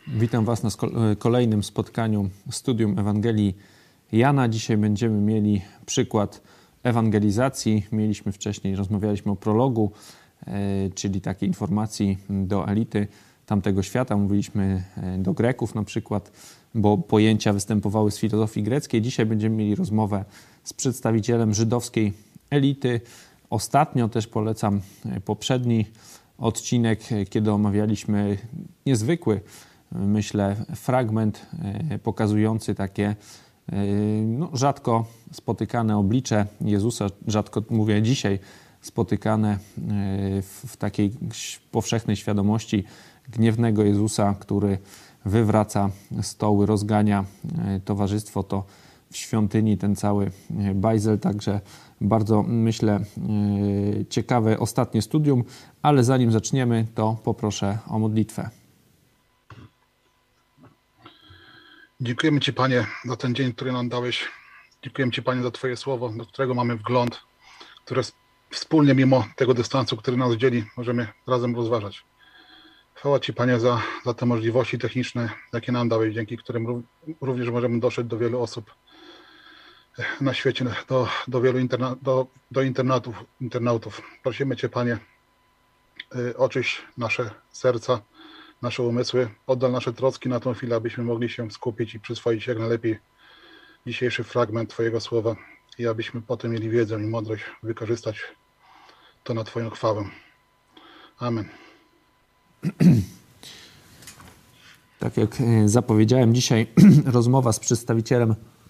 Witam Was na kolejnym spotkaniu Studium Ewangelii Jana. Dzisiaj będziemy mieli przykład ewangelizacji. Rozmawialiśmy o prologu, czyli takiej informacji do elity tamtego świata. Mówiliśmy do Greków na przykład, bo pojęcia występowały z filozofii greckiej. Dzisiaj będziemy mieli rozmowę z przedstawicielem żydowskiej elity. Ostatnio też polecam poprzedni odcinek, kiedy omawialiśmy niezwykły, myślę, fragment pokazujący takie rzadko spotykane oblicze Jezusa, rzadko mówię dzisiaj, spotykane w takiej powszechnej świadomości gniewnego Jezusa, który wywraca stoły, rozgania towarzystwo, to w świątyni ten cały bajzel, także bardzo, myślę, ciekawe ostatnie studium, ale zanim zaczniemy, to poproszę o modlitwę. Dziękujemy Ci, Panie, za ten dzień, który nam dałeś. Dziękujemy Ci, Panie, za Twoje słowo, do którego mamy wgląd, które wspólnie, mimo tego dystansu, który nas dzieli, możemy razem rozważać. Chwała Ci, Panie, za te możliwości techniczne, jakie nam dałeś, dzięki którym również możemy dotrzeć do wielu osób na świecie, do wielu internautów. Prosimy Cię, Panie, oczyść nasze serca, nasze umysły, oddal nasze troski na tą chwilę, abyśmy mogli się skupić i przyswoić jak najlepiej dzisiejszy fragment Twojego słowa i abyśmy potem mieli wiedzę i mądrość wykorzystać to na Twoją chwałę. Amen. Tak jak zapowiedziałem, dzisiaj rozmowa z przedstawicielem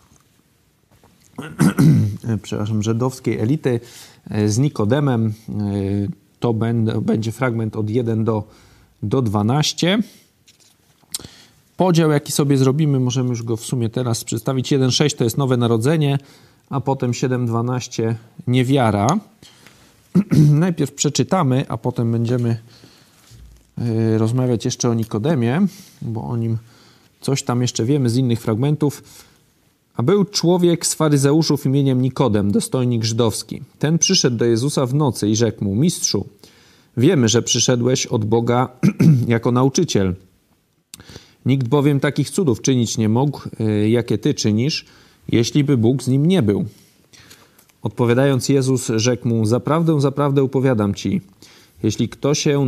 żydowskiej elity, z Nikodemem. To będzie fragment od 1 do 12. Podział, jaki sobie zrobimy, możemy już go w sumie teraz przedstawić. 1,6 to jest nowe narodzenie, a potem 7,12 niewiara. Najpierw przeczytamy, a potem będziemy rozmawiać jeszcze o Nikodemie, bo o nim coś tam jeszcze wiemy z innych fragmentów. A był człowiek z faryzeuszów imieniem Nikodem, dostojnik żydowski. Ten przyszedł do Jezusa w nocy i rzekł mu: Mistrzu, wiemy, że przyszedłeś od Boga jako nauczyciel. Nikt bowiem takich cudów czynić nie mógł, jakie Ty czynisz, jeśli by Bóg z nim nie był. Odpowiadając, Jezus rzekł mu: Zaprawdę, zaprawdę powiadam Ci, jeśli kto się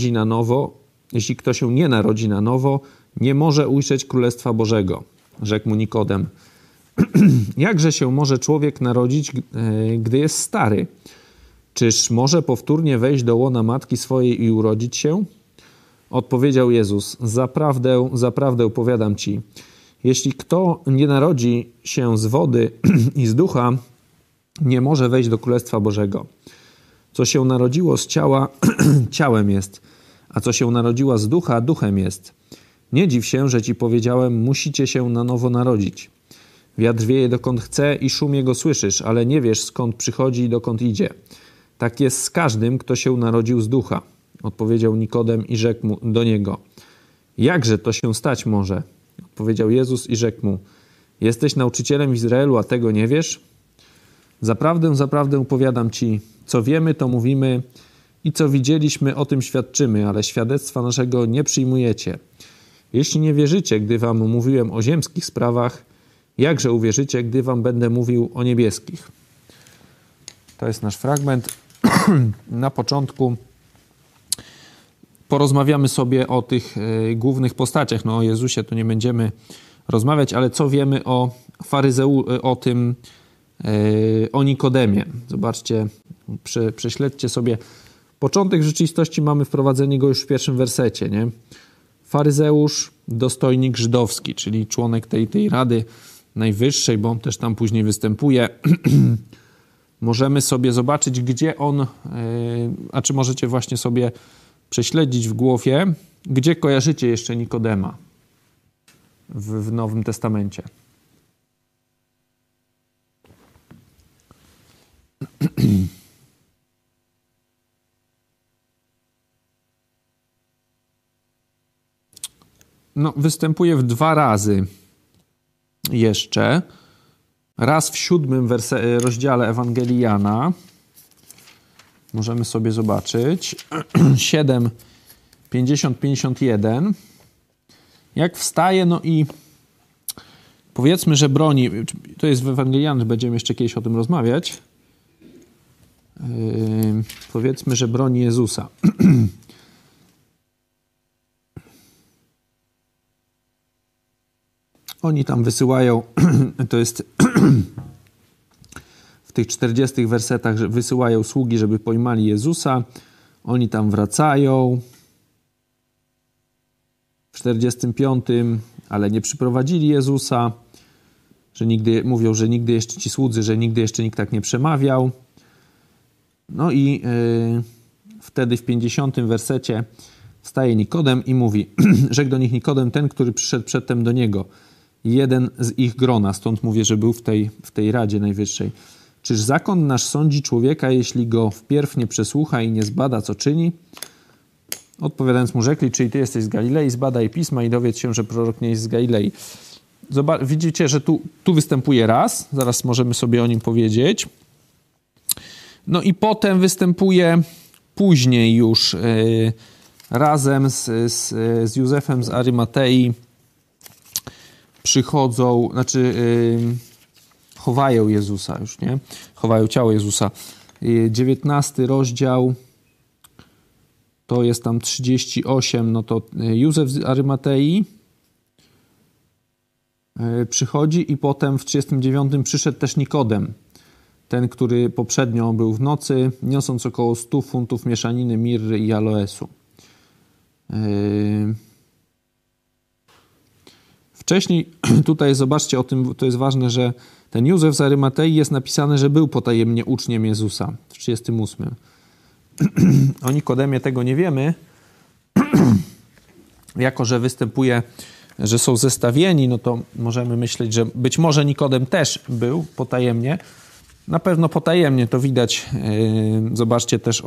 nie narodzi na nowo, nie może ujrzeć Królestwa Bożego. Rzekł mu Nikodem: Jakże się może człowiek narodzić, gdy jest stary? Czyż może powtórnie wejść do łona matki swojej i urodzić się? Odpowiedział Jezus: Zaprawdę, zaprawdę powiadam Ci, jeśli kto nie narodzi się z wody i z ducha, nie może wejść do Królestwa Bożego. Co się narodziło z ciała, ciałem jest, a co się narodziło z ducha, duchem jest. Nie dziw się, że Ci powiedziałem, musicie się na nowo narodzić. Wiatr wieje dokąd chce i szum jego słyszysz, ale nie wiesz, skąd przychodzi i dokąd idzie. Tak jest z każdym, kto się narodził z ducha. Odpowiedział Nikodem i rzekł mu do niego: Jakże to się stać może? Odpowiedział Jezus i rzekł mu: Jesteś nauczycielem w Izraelu, a tego nie wiesz? Zaprawdę, zaprawdę powiadam Ci, co wiemy, to mówimy i co widzieliśmy, o tym świadczymy, ale świadectwa naszego nie przyjmujecie. Jeśli nie wierzycie, gdy wam mówiłem o ziemskich sprawach, jakże uwierzycie, gdy wam będę mówił o niebieskich? To jest nasz fragment. Na początku porozmawiamy sobie o tych głównych postaciach. O Jezusie to nie będziemy rozmawiać, ale co wiemy o o Nikodemie. Zobaczcie, prześledźcie sobie. Początek rzeczywistości mamy, wprowadzenie go już w pierwszym wersecie, nie? Faryzeusz, dostojnik żydowski, czyli członek tej Rady Najwyższej, bo on też tam później występuje. Możemy sobie zobaczyć, gdzie on, a czy możecie właśnie sobie prześledzić w głowie, gdzie kojarzycie jeszcze Nikodema w Nowym Testamencie. Występuje 2 razy jeszcze. Raz w 7 rozdziale Ewangelii Jana. Możemy sobie zobaczyć. 7, 50, 51. Jak wstaje, no i powiedzmy, że broni, to jest w Ewangeliach, będziemy jeszcze kiedyś o tym rozmawiać, powiedzmy, że broni Jezusa. Oni tam wysyłają, to jest w tych 40 wersetach, że wysyłają sługi, żeby pojmali Jezusa. Oni tam wracają w 45, ale nie przyprowadzili Jezusa, że nigdy, mówią, że nigdy jeszcze ci słudzy, że nigdy jeszcze nikt tak nie przemawiał. No i wtedy w 50 wersecie wstaje Nikodem i mówi, rzekł do nich Nikodem, ten, który przyszedł przedtem do niego, jeden z ich grona, stąd mówię, że był w tej Radzie Najwyższej. Czyż zakon nasz sądzi człowieka, jeśli go wpierw nie przesłucha i nie zbada, co czyni? Odpowiadając mu rzekli, czyli ty jesteś z Galilei, zbadaj pisma i dowiedz się, że prorok nie jest z Galilei. Widzicie, że tu występuje raz, zaraz możemy sobie o nim powiedzieć. No i potem występuje później już razem z Józefem z Arymatei przychodzą, chowają Jezusa już, nie? Chowają ciało Jezusa. 19 rozdział, to jest tam 38, no to Józef z Arymatei przychodzi i potem w 39 przyszedł też Nikodem, ten, który poprzednio był w nocy, niosąc około 100 funtów mieszaniny mirry i aloesu. Wcześniej, tutaj zobaczcie o tym, to jest ważne, że ten Józef z Arymatei jest napisane, że był potajemnie uczniem Jezusa w 38. O Nikodemie tego nie wiemy. Jako że występuje, że są zestawieni, no to możemy myśleć, że być może Nikodem też był potajemnie. Na pewno potajemnie, to widać, zobaczcie też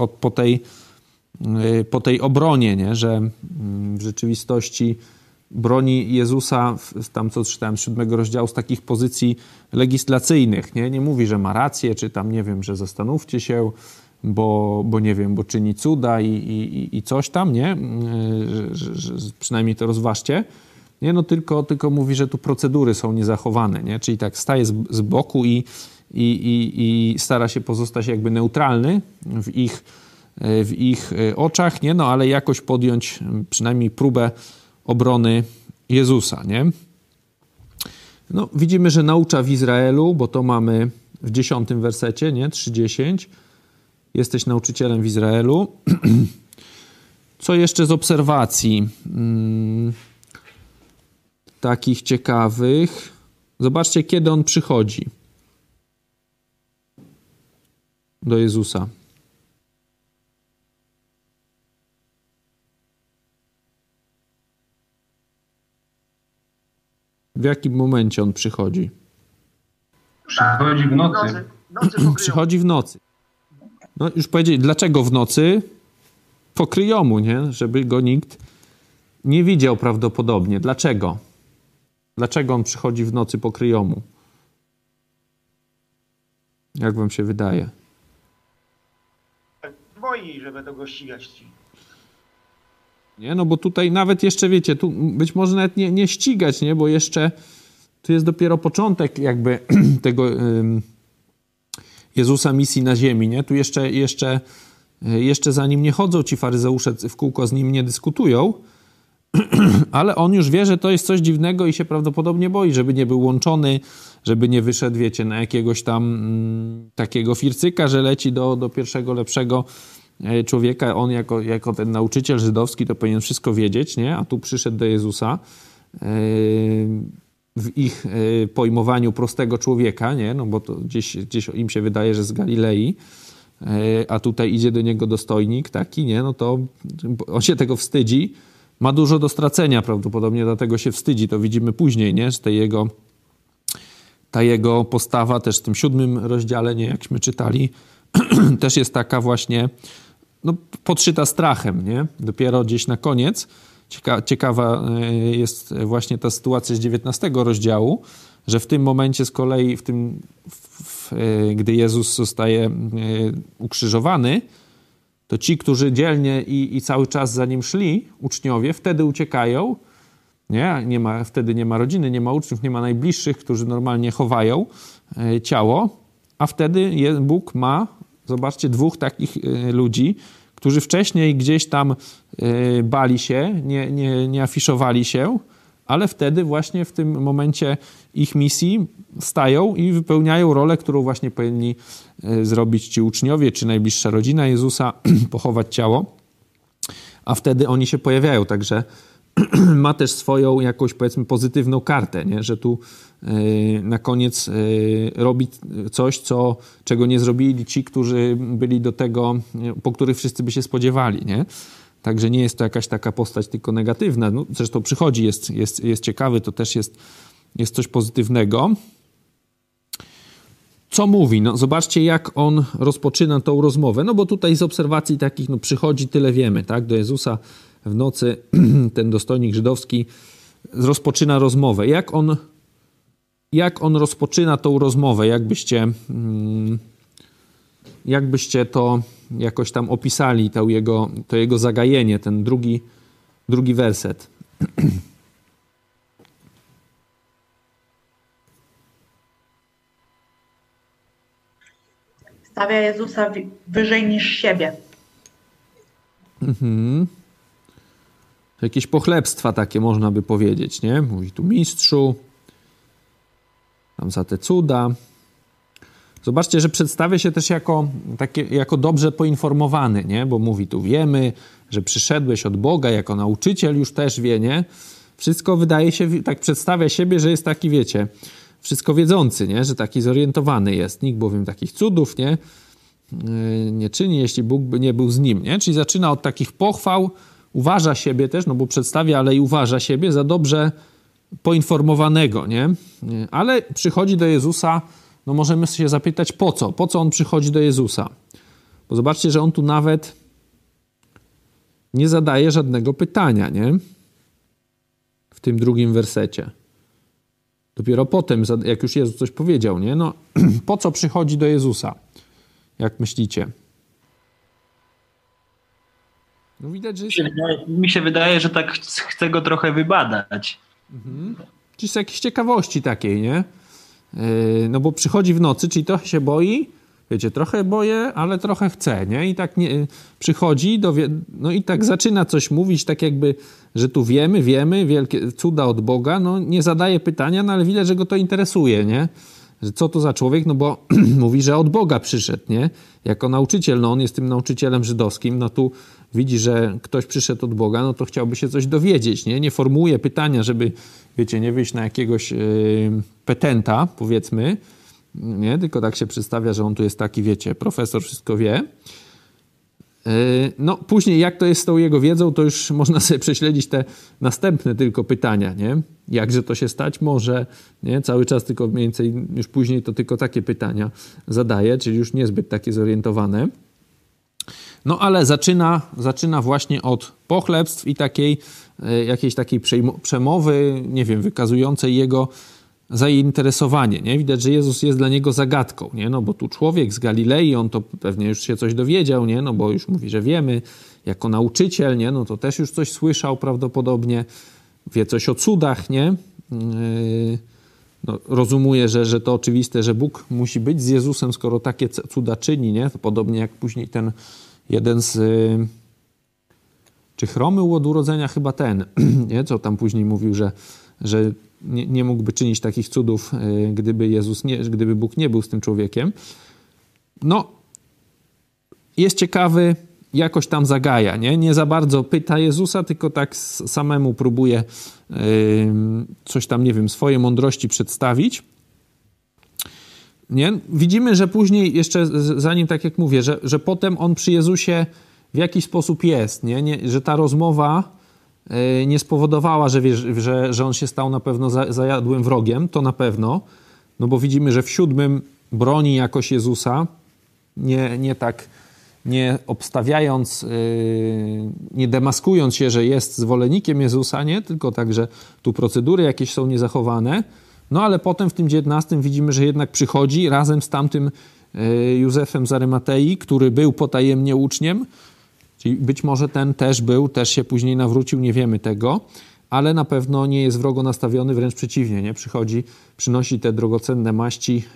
po tej obronie, nie? Że w rzeczywistości broni Jezusa, tam co czytałem z 7 rozdziału, z takich pozycji legislacyjnych. Nie mówi, że ma rację, czy tam, nie wiem, że zastanówcie się, bo nie wiem, bo czyni cuda i coś tam, nie? Że przynajmniej to rozważcie. Nie, no tylko mówi, że tu procedury są niezachowane, nie? Czyli tak staje z boku i stara się pozostać jakby neutralny w ich oczach, nie? No ale jakoś podjąć przynajmniej próbę obrony Jezusa, nie? No, widzimy, że naucza w Izraelu, bo to mamy w 10 wersecie, nie? 3:10. Jesteś nauczycielem w Izraelu. Co jeszcze z obserwacji takich ciekawych? Zobaczcie, kiedy on przychodzi do Jezusa. W jakim momencie on przychodzi? Przychodzi w nocy. Przychodzi w nocy. No już powiedzieli, dlaczego w nocy? Po kryjomu, nie? Żeby go nikt nie widział prawdopodobnie. Dlaczego? Dlaczego on przychodzi w nocy po kryjomu? Jak wam się wydaje? Boi, że będą go ścigać ci. Nie, no bo tutaj nawet jeszcze, wiecie, tu być może nawet nie ścigać, nie? Bo jeszcze tu jest dopiero początek jakby tego Jezusa misji na ziemi, nie? Tu jeszcze za nim nie chodzą ci faryzeusze w kółko, z nim nie dyskutują, ale on już wie, że to jest coś dziwnego i się prawdopodobnie boi, żeby nie był łączony, żeby nie wyszedł, wiecie, na jakiegoś tam takiego fircyka, że leci do pierwszego, lepszego człowieka. On jako ten nauczyciel żydowski to powinien wszystko wiedzieć, nie? A tu przyszedł do Jezusa w ich pojmowaniu prostego człowieka, nie? No bo to gdzieś im się wydaje, że z Galilei, a tutaj idzie do niego dostojnik taki, nie? No to on się tego wstydzi. Ma dużo do prawdopodobnie, dlatego się wstydzi. To widzimy później, nie? Że ta jego postawa też w tym 7 rozdziale, nie? Jakśmy czytali, też jest taka właśnie podszyta strachem, nie? Dopiero gdzieś na koniec ciekawa jest właśnie ta sytuacja z 19 rozdziału, że w tym momencie z kolei, gdy Jezus zostaje ukrzyżowany, to ci, którzy dzielnie i cały czas za nim szli, uczniowie, wtedy uciekają Wtedy nie ma rodziny, nie ma uczniów, nie ma najbliższych, którzy normalnie chowają ciało, a wtedy Bóg ma, zobaczcie, 2 takich ludzi, którzy wcześniej gdzieś tam bali się, nie afiszowali się, ale wtedy właśnie w tym momencie ich misji stają i wypełniają rolę, którą właśnie powinni zrobić ci uczniowie, czy najbliższa rodzina Jezusa, pochować ciało, a wtedy oni się pojawiają, także ma też swoją jakąś, powiedzmy, pozytywną kartę, nie? Że tu na koniec robi coś, czego nie zrobili ci, którzy byli do tego, po których wszyscy by się spodziewali, nie? Także nie jest to jakaś taka postać tylko negatywna. No, zresztą przychodzi, jest ciekawy, to też jest coś pozytywnego. Co mówi? No zobaczcie, jak on rozpoczyna tą rozmowę. No bo tutaj z obserwacji takich, no przychodzi, tyle wiemy, tak? Do Jezusa w nocy ten dostojnik żydowski rozpoczyna rozmowę. Jak on rozpoczyna tą rozmowę? Jakbyście to jakoś tam opisali, to jego zagajenie, ten drugi werset. Stawia Jezusa wyżej niż siebie. Jakieś pochlebstwa takie można by powiedzieć, nie? Mówi tu mistrzu, tam za te cuda. Zobaczcie, że przedstawia się też jako dobrze poinformowany, nie? Bo mówi tu wiemy, że przyszedłeś od Boga jako nauczyciel, już też wie, nie? Wszystko wydaje się, tak przedstawia siebie, że jest taki, wiecie, wszystko wiedzący, nie? Że taki zorientowany jest. Nikt bowiem takich cudów, nie czyni, jeśli Bóg by nie był z nim, nie? Czyli zaczyna od takich pochwał, uważa siebie też, no bo przedstawia, ale i uważa siebie za dobrze poinformowanego, nie? Ale przychodzi do Jezusa, no możemy się zapytać, po co? Po co on przychodzi do Jezusa? Bo zobaczcie, że on tu nawet nie zadaje żadnego pytania, nie? W tym drugim wersecie. Dopiero potem, jak już Jezus coś powiedział, nie? No, po co przychodzi do Jezusa? Jak myślicie? No widać, że... Mi się wydaje, że tak chce go trochę wybadać. Czyli z jakiejś ciekawości takiej, nie? No bo przychodzi w nocy, czyli trochę się boi, wiecie, trochę boję, ale trochę chce, nie? I tak przychodzi, no i tak zaczyna coś mówić, tak jakby, że tu wiemy, wielkie cuda od Boga, no nie zadaje pytania, no ale widać, że go to interesuje, nie? Że co to za człowiek, no bo mówi, że od Boga przyszedł, nie? Jako nauczyciel, no on jest tym nauczycielem żydowskim, no tu widzi, że ktoś przyszedł od Boga, no to chciałby się coś dowiedzieć, nie? Nie formułuje pytania, żeby, wiecie, nie wyjść na jakiegoś petenta, powiedzmy, nie? Tylko tak się przedstawia, że on tu jest taki, wiecie, profesor, wszystko wie. No później jak to jest z tą jego wiedzą, to już można sobie prześledzić te następne tylko pytania, nie? Jakże to się stać może, nie? Cały czas tylko mniej więcej, już później to tylko takie pytania zadaje, czyli już niezbyt takie zorientowane. No ale zaczyna właśnie od pochlebstw i jakiejś takiej przemowy, nie wiem, wykazującej jego zainteresowanie, nie? Widać, że Jezus jest dla niego zagadką, nie? No bo tu człowiek z Galilei, on to pewnie już się coś dowiedział, nie? No bo już mówi, że wiemy, jako nauczyciel, nie? No to też już coś słyszał prawdopodobnie, wie coś o cudach, nie? No, rozumuje, że to oczywiste, że Bóg musi być z Jezusem, skoro takie cuda czyni, nie? To podobnie jak później ten jeden z... Czy chromy u od urodzenia? Chyba ten, nie? Co tam później mówił, że nie mógłby czynić takich cudów, gdyby Bóg nie był z tym człowiekiem. No, jest ciekawy, jakoś tam zagaja, nie? Nie za bardzo pyta Jezusa, tylko tak samemu próbuje coś tam, nie wiem, swoje mądrości przedstawić. Nie? Widzimy, że później jeszcze, zanim tak jak mówię, że potem on przy Jezusie w jakiś sposób jest, nie? Że ta rozmowa nie spowodowała, że on się stał na pewno zajadłym wrogiem, to na pewno, no bo widzimy, że w 7 broni jakoś Jezusa, nie obstawiając, nie demaskując się, że jest zwolennikiem Jezusa, nie? Tylko tak, że tu procedury jakieś są niezachowane, no ale potem w tym 19 widzimy, że jednak przychodzi razem z tamtym Józefem z Arymatei, który był potajemnie uczniem, czyli być może ten też się później nawrócił, nie wiemy tego, ale na pewno nie jest wrogo nastawiony, wręcz przeciwnie, nie? Przynosi te drogocenne maści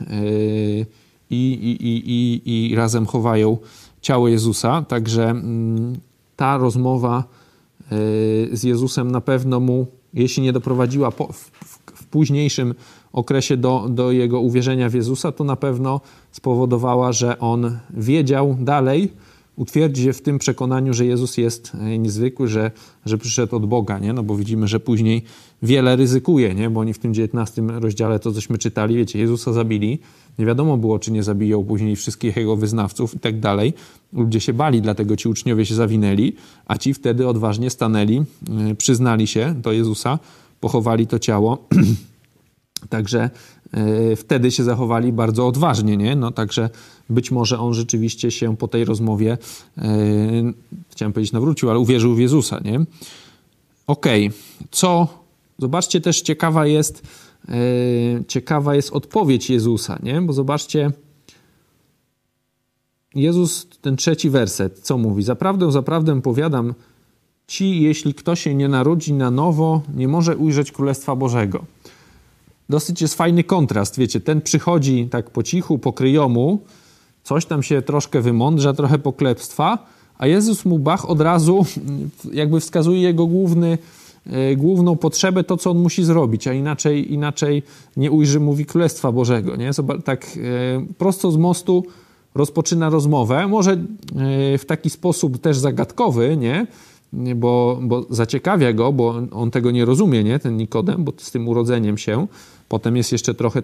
i razem chowają ciało Jezusa. Także ta rozmowa z Jezusem na pewno mu, jeśli nie doprowadziła w późniejszym okresie do jego uwierzenia w Jezusa, to na pewno spowodowała, że on wiedział dalej, utwierdzi się w tym przekonaniu, że Jezus jest niezwykły, że przyszedł od Boga, nie? No bo widzimy, że później wiele ryzykuje, nie? Bo oni w tym 19 rozdziale, to cośmy czytali, wiecie, Jezusa zabili, nie wiadomo było, czy nie zabiją później wszystkich jego wyznawców i tak dalej. Ludzie się bali, dlatego ci uczniowie się zawinęli, a ci wtedy odważnie stanęli, przyznali się do Jezusa, pochowali to ciało. Także wtedy się zachowali bardzo odważnie, nie? No także być może on rzeczywiście się po tej rozmowie, chciałem powiedzieć nawrócił, ale uwierzył w Jezusa, nie? Okej. Zobaczcie też ciekawa jest odpowiedź Jezusa, nie? Bo zobaczcie, Jezus, ten 3 werset, co mówi? Zaprawdę, zaprawdę powiadam ci, jeśli kto się nie narodzi na nowo, nie może ujrzeć Królestwa Bożego. Dosyć jest fajny kontrast, wiecie, ten przychodzi tak po cichu, po kryjomu, coś tam się troszkę wymądrza, trochę poklepstwa, a Jezus mu od razu jakby wskazuje jego główną potrzebę, to co on musi zrobić, a inaczej nie ujrzy, mówi, Królestwa Bożego, nie? Tak prosto z mostu rozpoczyna rozmowę, może w taki sposób też zagadkowy, nie? Bo zaciekawia go, bo on tego nie rozumie, nie? Ten Nikodem, bo z tym urodzeniem się. Potem jest jeszcze trochę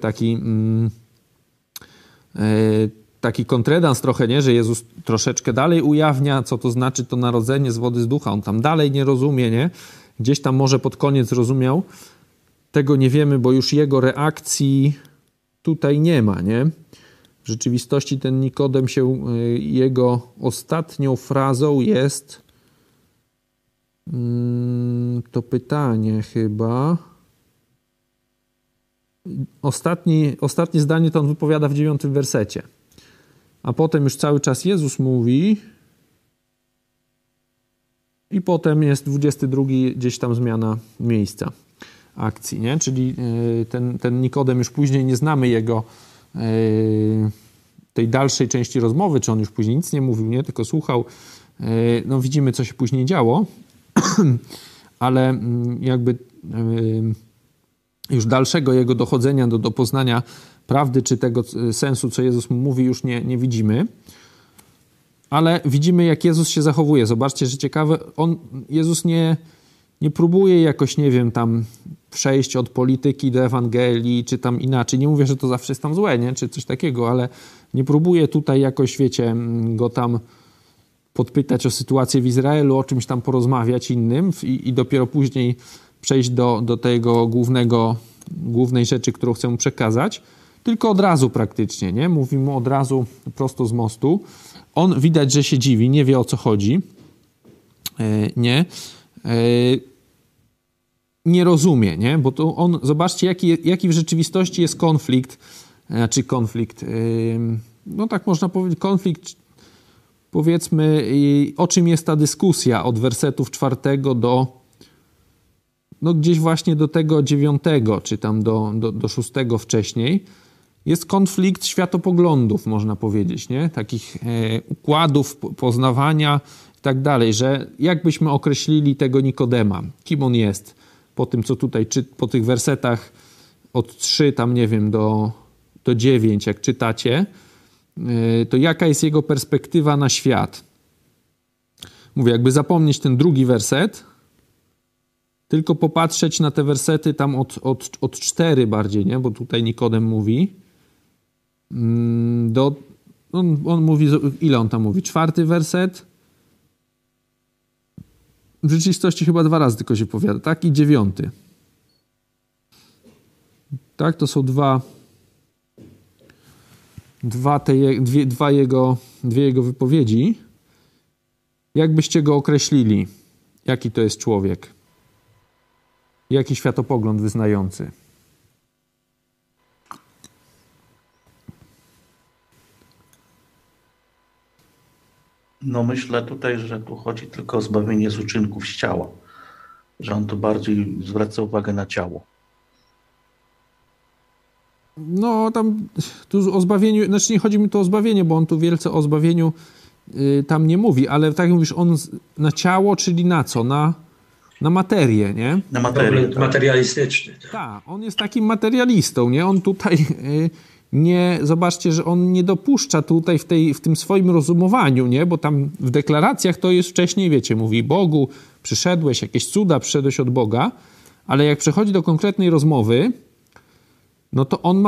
taki kontredans trochę, nie? Że Jezus troszeczkę dalej ujawnia, co to znaczy to narodzenie z wody z ducha. On tam dalej nie rozumie, nie? Gdzieś tam może pod koniec rozumiał. Tego nie wiemy, bo już jego reakcji tutaj nie ma, nie? W rzeczywistości ten Nikodem jego ostatnią frazą jest to pytanie chyba. Ostatnie zdanie to on wypowiada w 9 wersecie. A potem już cały czas Jezus mówi i potem jest 22 gdzieś tam zmiana miejsca akcji, nie? Czyli ten Nikodem już później nie znamy jego tej dalszej części rozmowy, czy on już później nic nie mówił, nie? Tylko słuchał. No widzimy, co się później działo, ale jakby już dalszego jego dochodzenia do poznania prawdy, czy tego sensu, co Jezus mu mówi, już nie widzimy. Ale widzimy, jak Jezus się zachowuje. Zobaczcie, że ciekawe, Jezus nie próbuje jakoś, nie wiem, tam przejść od polityki do Ewangelii, czy tam inaczej. Nie mówię, że to zawsze jest tam złe, nie? Czy coś takiego, ale nie próbuje tutaj jakoś, wiecie, go tam podpytać o sytuację w Izraelu, o czymś tam porozmawiać innym i dopiero później przejść do tego głównej rzeczy, którą chcę mu przekazać, tylko od razu praktycznie, nie? Mówi mu od razu prosto z mostu. On widać, że się dziwi, nie wie, o co chodzi. Nie rozumie, nie? Bo to on, zobaczcie, jaki w rzeczywistości jest konflikt, no tak można powiedzieć, konflikt, powiedzmy, o czym jest ta dyskusja od wersetów 4 do no gdzieś właśnie do tego 9, czy tam do 6 wcześniej, jest konflikt światopoglądów, można powiedzieć, nie? Takich układów poznawania i tak dalej, że jakbyśmy określili tego Nikodema, kim on jest, po tym, co tutaj, po tych wersetach od 3 tam, nie wiem, do 9, jak czytacie, to jaka jest jego perspektywa na świat. Mówię, jakby zapomnieć ten drugi werset, tylko popatrzeć na te wersety tam od 4 bardziej, nie? Bo tutaj Nikodem mówi. On mówi, ile on tam mówi? 4 werset. W rzeczywistości chyba 2 razy tylko się powiada, tak? I 9. Tak, to są dwie jego wypowiedzi. Jak byście go określili? Jaki to jest człowiek? Jaki światopogląd wyznający? No myślę tutaj, że tu chodzi tylko o zbawienie z uczynków z ciała. że on tu bardziej zwraca uwagę na ciało. No tam tu o zbawieniu, znaczy nie chodzi mi tu o zbawienie, bo on tu wielce o zbawieniu tam nie mówi, ale tak jak mówisz, on na ciało, czyli na co? Na materię, nie? Na materię. Tak. Materialistyczny. Tak, on jest takim materialistą, nie? On tutaj nie, zobaczcie, że on nie dopuszcza tutaj w tym swoim rozumowaniu, nie? Bo tam w deklaracjach to jest wcześniej, wiecie, mówi Bogu, przyszedłeś, jakieś cuda, przyszedłeś od Boga, ale jak przechodzi do konkretnej rozmowy, no to on ma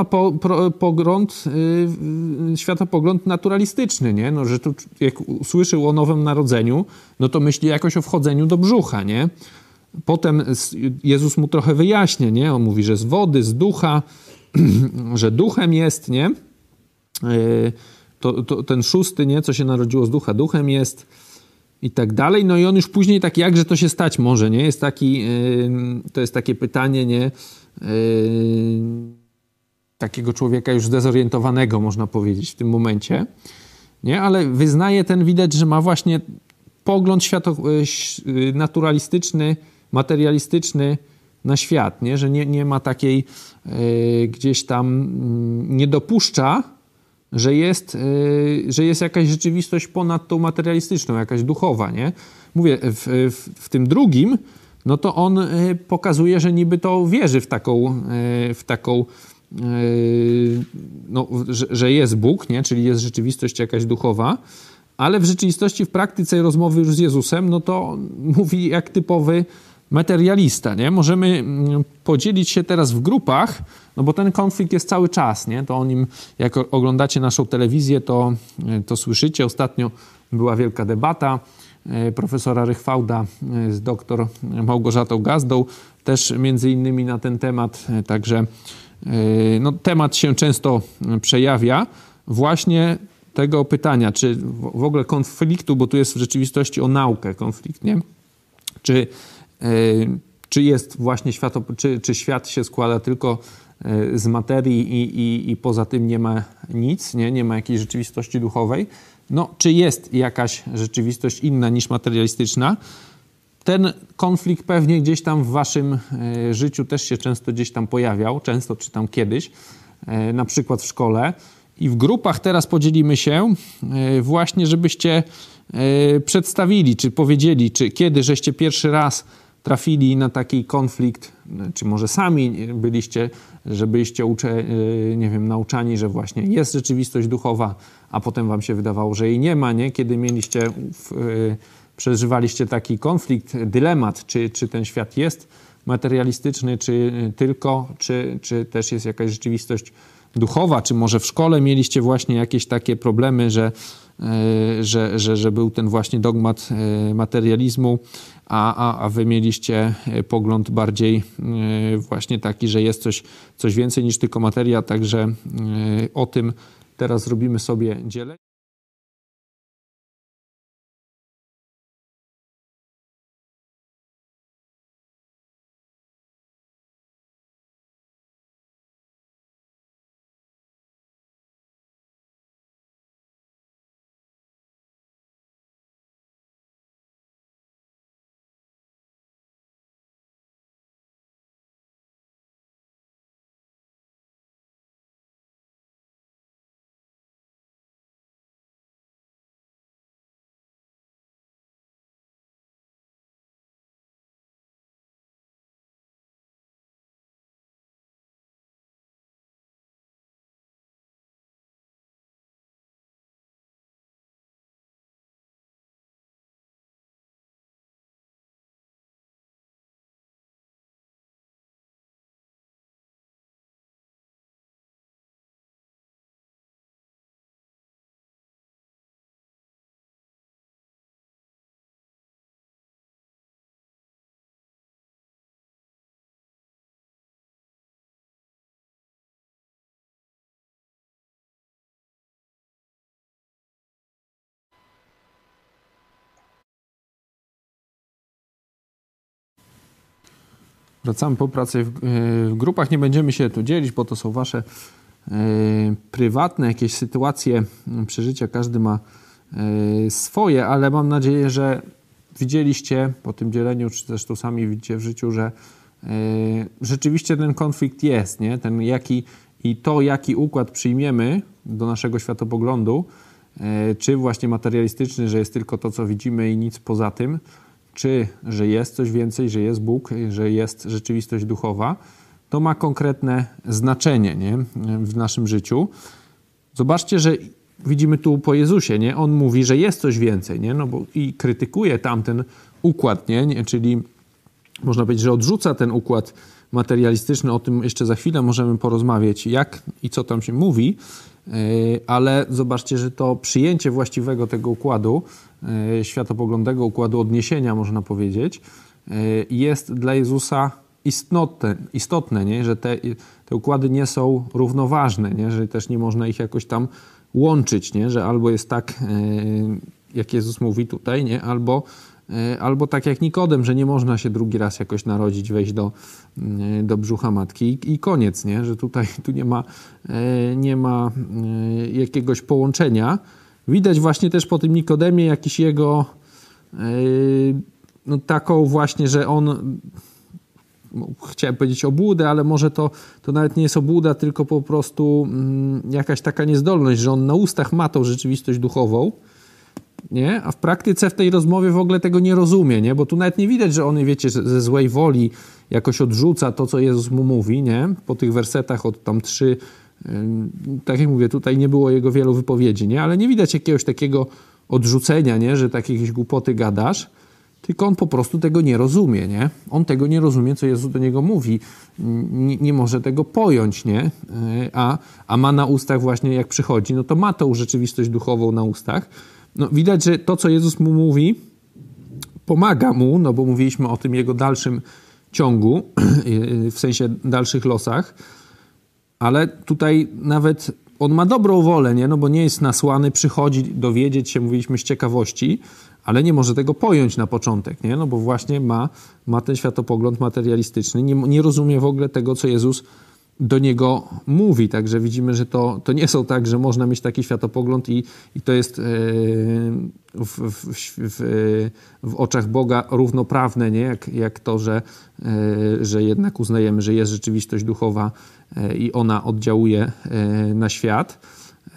światopogląd naturalistyczny, nie? No, że tu jak usłyszał o Nowym Narodzeniu, no to myśli jakoś o wchodzeniu do brzucha, nie? Potem Jezus mu trochę wyjaśnia, nie? On mówi, że z wody, z ducha, że duchem jest, nie? To ten szósty, nie? Co się narodziło z ducha, duchem jest i tak dalej. No i on już później tak, jakże to się stać może, nie? Jest taki, to jest takie pytanie, nie? Takiego człowieka już zdezorientowanego, można powiedzieć, w tym momencie, nie? Ale wyznaje ten, widać, że ma właśnie pogląd naturalistyczny, materialistyczny na świat, nie? Że nie ma takiej gdzieś tam, nie dopuszcza, że jest jakaś rzeczywistość ponad tą materialistyczną, jakaś duchowa, nie? Mówię, w tym drugim, no to on pokazuje, że niby to wierzy w taką no, że jest Bóg, nie? Czyli jest rzeczywistość jakaś duchowa, ale w rzeczywistości w praktyce rozmowy już z Jezusem, no to mówi jak typowy materialista, nie? Możemy podzielić się teraz w grupach, no bo ten konflikt jest cały czas, nie? To o nim, jak oglądacie naszą telewizję, to słyszycie. Ostatnio była wielka debata profesora Rychwałda z doktor Małgorzatą Gazdą, też między innymi na ten temat, także no, temat się często przejawia właśnie tego pytania, czy w ogóle konfliktu, bo tu jest w rzeczywistości o naukę konflikt, nie? Czy jest właśnie czy świat się składa tylko z materii i poza tym nie ma nic, nie ma jakiejś rzeczywistości duchowej? No, czy jest jakaś rzeczywistość inna niż materialistyczna? Ten konflikt pewnie gdzieś tam w waszym życiu też się często gdzieś tam pojawiał, często czy tam kiedyś, na przykład w szkole. I w grupach teraz podzielimy się właśnie, żebyście przedstawili, czy powiedzieli, czy kiedy żeście pierwszy raz trafili na taki konflikt, czy może sami byliście, że byliście nie wiem, nauczani, że właśnie jest rzeczywistość duchowa, a potem wam się wydawało, że jej nie ma, nie? Kiedy przeżywaliście taki konflikt, dylemat, czy ten świat jest materialistyczny, czy tylko, czy też jest jakaś rzeczywistość duchowa, czy może w szkole mieliście właśnie jakieś takie problemy, że był ten właśnie dogmat materializmu, a wy mieliście pogląd bardziej właśnie taki, że jest coś więcej niż tylko materia, także o tym teraz zrobimy sobie dzielenie. Wracamy po pracy w grupach. Nie będziemy się tu dzielić, bo to są wasze prywatne jakieś sytuacje, przeżycia. Każdy ma swoje, ale mam nadzieję, że widzieliście po tym dzieleniu, czy zresztą sami widzicie w życiu, że rzeczywiście ten konflikt jest, nie? Jaki układ przyjmiemy do naszego światopoglądu, czy właśnie materialistyczny, że jest tylko to, co widzimy i nic poza tym, czy że jest coś więcej, że jest Bóg, że jest rzeczywistość duchowa, to ma konkretne znaczenie, nie? W naszym życiu. Zobaczcie, że widzimy tu po Jezusie, nie? On mówi, że jest coś więcej, nie? No bo i krytykuje tamten układ, nie? Czyli można powiedzieć, że odrzuca ten układ materialistyczny. O tym jeszcze za chwilę możemy porozmawiać, jak i co tam się mówi, ale zobaczcie, że to przyjęcie właściwego tego układu, światopoglądnego układu odniesienia, można powiedzieć, jest dla Jezusa istotne, nie? Że te układy nie są równoważne, nie? Że też nie można ich jakoś tam łączyć, nie? Że albo jest tak, jak Jezus mówi tutaj, nie? Albo tak jak Nikodem, że nie można się drugi raz jakoś narodzić, wejść do brzucha matki i koniec, nie? Że tu nie ma jakiegoś połączenia. Widać właśnie też po tym Nikodemie jakiś jego taką właśnie, że on, chciałem powiedzieć obłudę, ale może to nawet nie jest obłuda, tylko po prostu jakaś taka niezdolność, że on na ustach ma tą rzeczywistość duchową, nie? A w praktyce w tej rozmowie w ogóle tego nie rozumie, nie? Bo tu nawet nie widać, że on, wiecie, ze złej woli jakoś odrzuca to, co Jezus mu mówi, nie? Po tych wersetach od tam 3, tak jak mówię, tutaj nie było jego wielu wypowiedzi, nie? Ale nie widać jakiegoś takiego odrzucenia, nie? Że takie jakieś głupoty gadasz, tylko on po prostu tego nie rozumie, nie? On tego nie rozumie, co Jezus do niego mówi. Nie może tego pojąć, nie? A ma na ustach właśnie, jak przychodzi, no to ma tą rzeczywistość duchową na ustach. No, widać, że to, co Jezus mu mówi, pomaga mu, no bo mówiliśmy o tym jego dalszym ciągu, w sensie dalszych losach, ale tutaj nawet on ma dobrą wolę, nie? No bo nie jest nasłany, przychodzi dowiedzieć się, mówiliśmy, z ciekawości, ale nie może tego pojąć na początek, nie? No bo właśnie ma ten światopogląd materialistyczny, nie rozumie w ogóle tego, co Jezus do niego mówi. Także widzimy, że to nie są tak, że można mieć taki światopogląd i to jest w oczach Boga równoprawne, nie? Jak to, że jednak uznajemy, że jest rzeczywistość duchowa i ona oddziałuje na świat.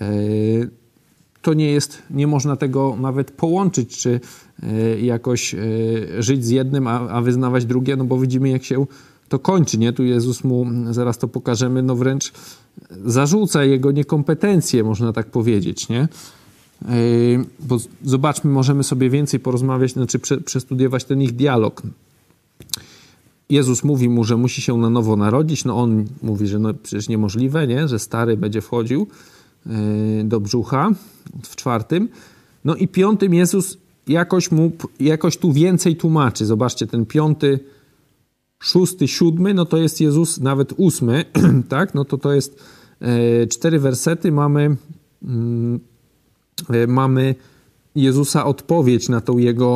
To nie można tego nawet połączyć, czy jakoś żyć z jednym, a wyznawać drugie, no bo widzimy, jak się to kończy, nie? Tu Jezus mu, zaraz to pokażemy, no wręcz zarzuca jego niekompetencje, można tak powiedzieć, nie? Bo zobaczmy, możemy sobie więcej porozmawiać, znaczy przestudiować ten ich dialog. Jezus mówi mu, że musi się na nowo narodzić, no on mówi, że no przecież niemożliwe, nie? Że stary będzie wchodził do brzucha w 4. No i 5 Jezus jakoś tu więcej tłumaczy. Zobaczcie, ten 5, 6, 7, no to jest Jezus, nawet 8, tak? No to jest 4 wersety, mamy Jezusa odpowiedź na to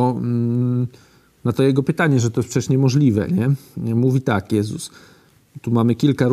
jego pytanie, że to jest przecież niemożliwe, nie? Mówi tak Jezus. Tu mamy kilka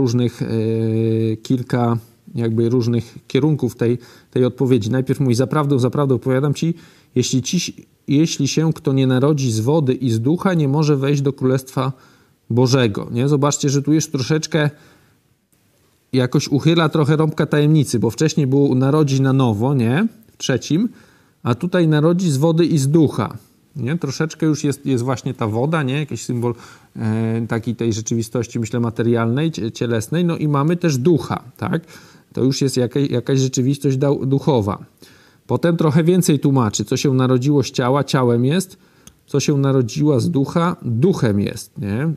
różnych kierunków tej odpowiedzi. Najpierw mówi, zaprawdę opowiadam ci, jeśli się kto nie narodzi z wody i z ducha, nie może wejść do Królestwa Bożego. Nie? Zobaczcie, że tu już troszeczkę jakoś uchyla trochę rąbka tajemnicy, bo wcześniej było narodzić na nowo, nie? W 3, a tutaj narodzi z wody i z ducha. Nie? Troszeczkę już jest właśnie ta woda, nie? Jakiś symbol takiej tej rzeczywistości, myślę, materialnej, cielesnej. No i mamy też ducha, tak? To już jest jakaś rzeczywistość duchowa. Potem trochę więcej tłumaczy. Co się narodziło z ciała, ciałem jest. Co się narodziła z ducha, duchem jest. Nie?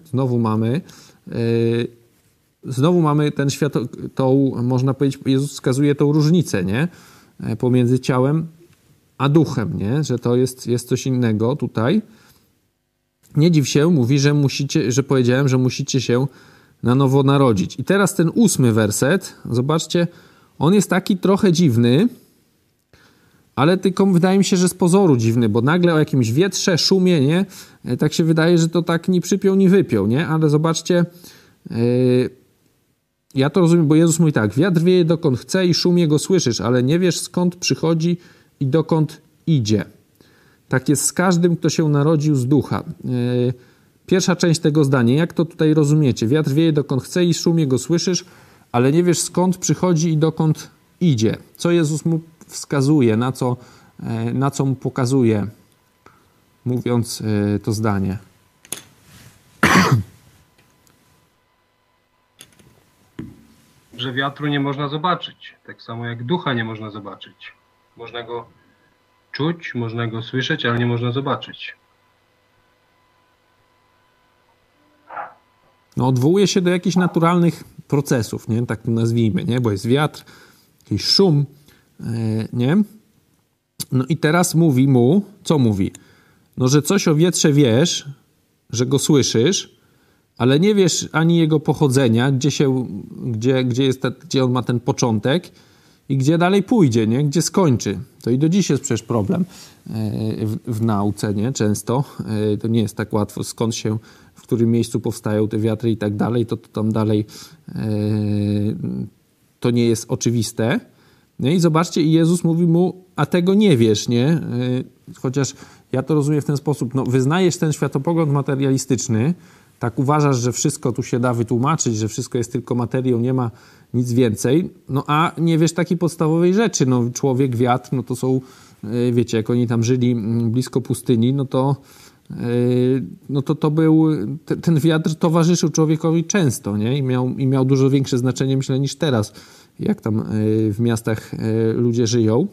Znowu mamy ten świat, można powiedzieć, Jezus wskazuje tą różnicę, nie? Pomiędzy ciałem a duchem, nie? Że to jest coś innego tutaj. Nie dziw się, mówi, że powiedziałem, że musicie się na nowo narodzić. I teraz ten 8 werset, zobaczcie, on jest taki trochę dziwny, ale tylko wydaje mi się, że z pozoru dziwny, bo nagle o jakimś wietrze, szumie, nie? Tak się wydaje, że to tak ni przypiął, ni wypiął, nie? Ale zobaczcie, ja to rozumiem, bo Jezus mówi tak, wiatr wieje dokąd chce i szum jego słyszysz, ale nie wiesz skąd przychodzi i dokąd idzie. tak jest z każdym, kto się narodził z ducha. Pierwsza część tego zdania, jak to tutaj rozumiecie? Wiatr wieje dokąd chce i szumie go słyszysz, ale nie wiesz skąd przychodzi i dokąd idzie. Co Jezus mu wskazuje, na co mu pokazuje, mówiąc to zdanie? Że wiatru nie można zobaczyć, tak samo jak ducha nie można zobaczyć. Można go czuć, można go słyszeć, ale nie można zobaczyć. No, odwołuje się do jakichś naturalnych procesów, nie? Tak to nazwijmy, nie? Bo jest wiatr, jakiś szum, nie? No i teraz mówi mu, co mówi? No, że coś o wietrze wiesz, że go słyszysz, ale nie wiesz ani jego pochodzenia, gdzie on ma ten początek i gdzie dalej pójdzie, nie? Gdzie skończy. To i do dziś jest przecież problem w nauce, nie? Często. To nie jest tak łatwo, skąd się, w którym miejscu powstają te wiatry i tak dalej, to tam dalej to nie jest oczywiste. No i zobaczcie, i Jezus mówi mu, a tego nie wiesz, nie? Chociaż ja to rozumiem w ten sposób, no wyznajesz ten światopogląd materialistyczny, tak uważasz, że wszystko tu się da wytłumaczyć, że wszystko jest tylko materią, nie ma nic więcej, no a nie wiesz takiej podstawowej rzeczy, no człowiek, wiatr, no to są, wiecie, jak oni tam żyli blisko pustyni, to był, ten wiatr towarzyszył człowiekowi często, nie? I miał dużo większe znaczenie, myślę, niż teraz, jak tam w miastach ludzie żyją.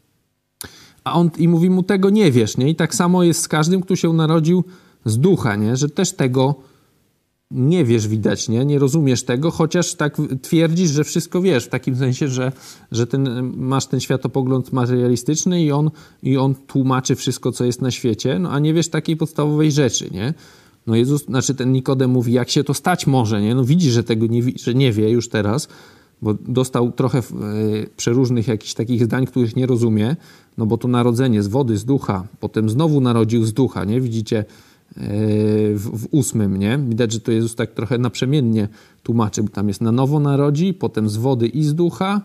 A on i mówi mu, tego nie wiesz, nie? I tak samo jest z każdym, kto się narodził z ducha, nie? Że też tego nie wiesz, widać, nie? Nie rozumiesz tego, chociaż tak twierdzisz, że wszystko wiesz, w takim sensie, że masz ten światopogląd materialistyczny i on tłumaczy wszystko, co jest na świecie, no a nie wiesz takiej podstawowej rzeczy, nie? No Jezus, ten Nikodem mówi, jak się to stać może, nie? No widzi, że tego że nie wie już teraz, bo dostał trochę przeróżnych jakichś takich zdań, których nie rozumie, no bo to narodzenie z wody, z ducha, potem znowu narodził z ducha, nie? Widzicie w 8, nie? Widać, że to Jezus tak trochę naprzemiennie tłumaczy, bo tam jest na nowo narodzi, potem z wody i z ducha,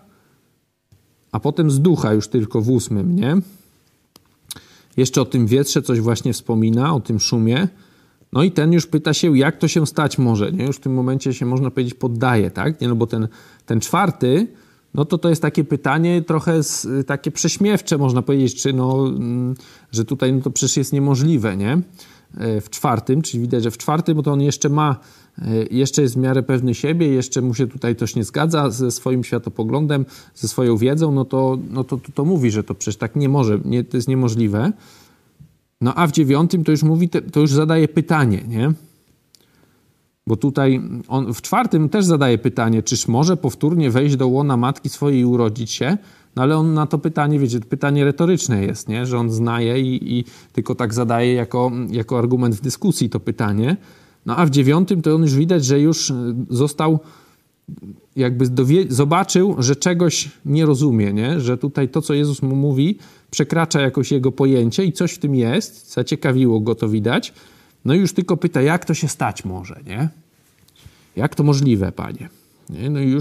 a potem z ducha już tylko w 8, nie? Jeszcze o tym wietrze coś właśnie wspomina, o tym szumie. No i ten już pyta się, jak to się stać może, nie? Już w tym momencie się, można powiedzieć, poddaje, tak? Nie? No bo ten 4, no to jest takie pytanie trochę takie prześmiewcze, można powiedzieć, czy że tutaj no to przecież jest niemożliwe, nie? W 4, czyli widać, że w 4, bo to on jeszcze jest w miarę pewny siebie, jeszcze mu się tutaj coś nie zgadza ze swoim światopoglądem, ze swoją wiedzą, to mówi, że to przecież tak nie może, to jest niemożliwe. No a w 9 to już mówi, to już zadaje pytanie, nie? Bo tutaj on w 4 też zadaje pytanie, czyż może powtórnie wejść do łona matki swojej i urodzić się? No ale on na to pytanie, wiecie, to pytanie retoryczne jest, nie? Że on znaje i tylko tak zadaje jako argument w dyskusji to pytanie. No a w 9 to on już widać, że już został jakby zobaczył, że czegoś nie rozumie, nie? Że tutaj to, co Jezus mu mówi, przekracza jakoś jego pojęcie i coś w tym jest, zaciekawiło go to widać. No i już tylko pyta, jak to się stać może, nie? Jak to możliwe, Panie? Nie? No i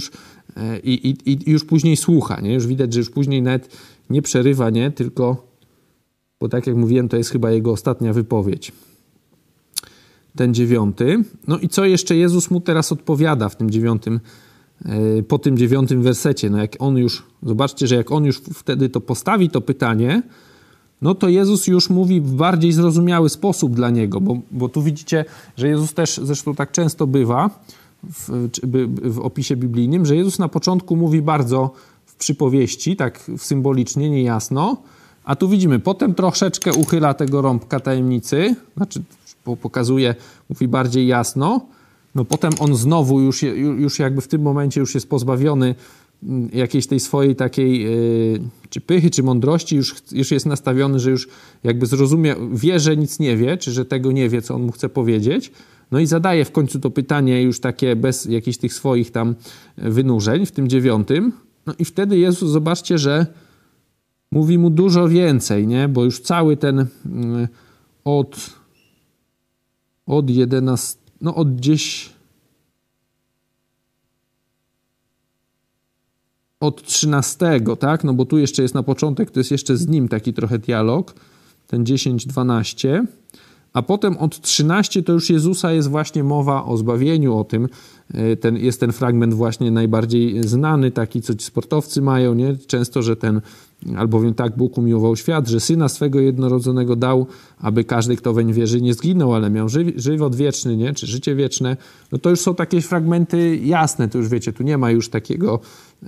już później słucha, nie? Już widać, że już później nawet nie przerywa, nie? Tylko, bo tak jak mówiłem, to jest chyba jego ostatnia wypowiedź. Ten 9. No i co jeszcze Jezus mu teraz odpowiada w tym 9, po tym 9 wersecie? No jak on już, zobaczcie, że jak on już wtedy to postawi to pytanie, no to Jezus już mówi w bardziej zrozumiały sposób dla niego, bo tu widzicie, że Jezus też, zresztą tak często bywa w opisie biblijnym, że Jezus na początku mówi bardzo w przypowieści, tak symbolicznie, niejasno, a tu widzimy, potem troszeczkę uchyla tego rąbka tajemnicy, znaczy pokazuje, mówi bardziej jasno, no potem on znowu już jakby w tym momencie już jest pozbawiony jakiejś tej swojej takiej czy pychy, czy mądrości, już jest nastawiony, że już jakby zrozumie, wie, że nic nie wie, czy że tego nie wie, co on mu chce powiedzieć. No i zadaje w końcu to pytanie już takie bez jakichś tych swoich tam wynurzeń w tym 9. No i wtedy Jezus, zobaczcie, że mówi mu dużo więcej, nie? Bo już cały ten od 11, no od gdzieś od 13, tak? No bo tu jeszcze jest na początek, to jest jeszcze z nim taki trochę dialog. ten 10-12, a potem od 13 to już Jezusa jest właśnie mowa o zbawieniu, o tym, jest ten fragment właśnie najbardziej znany, taki, co ci sportowcy mają, nie? Często, że albowiem tak Bóg umiłował świat, że Syna swego jednorodzonego dał, aby każdy, kto weń wierzy, nie zginął, ale miał żywot wieczny, nie? Czy życie wieczne. No to już są takie fragmenty jasne, to już wiecie, tu nie ma już takiego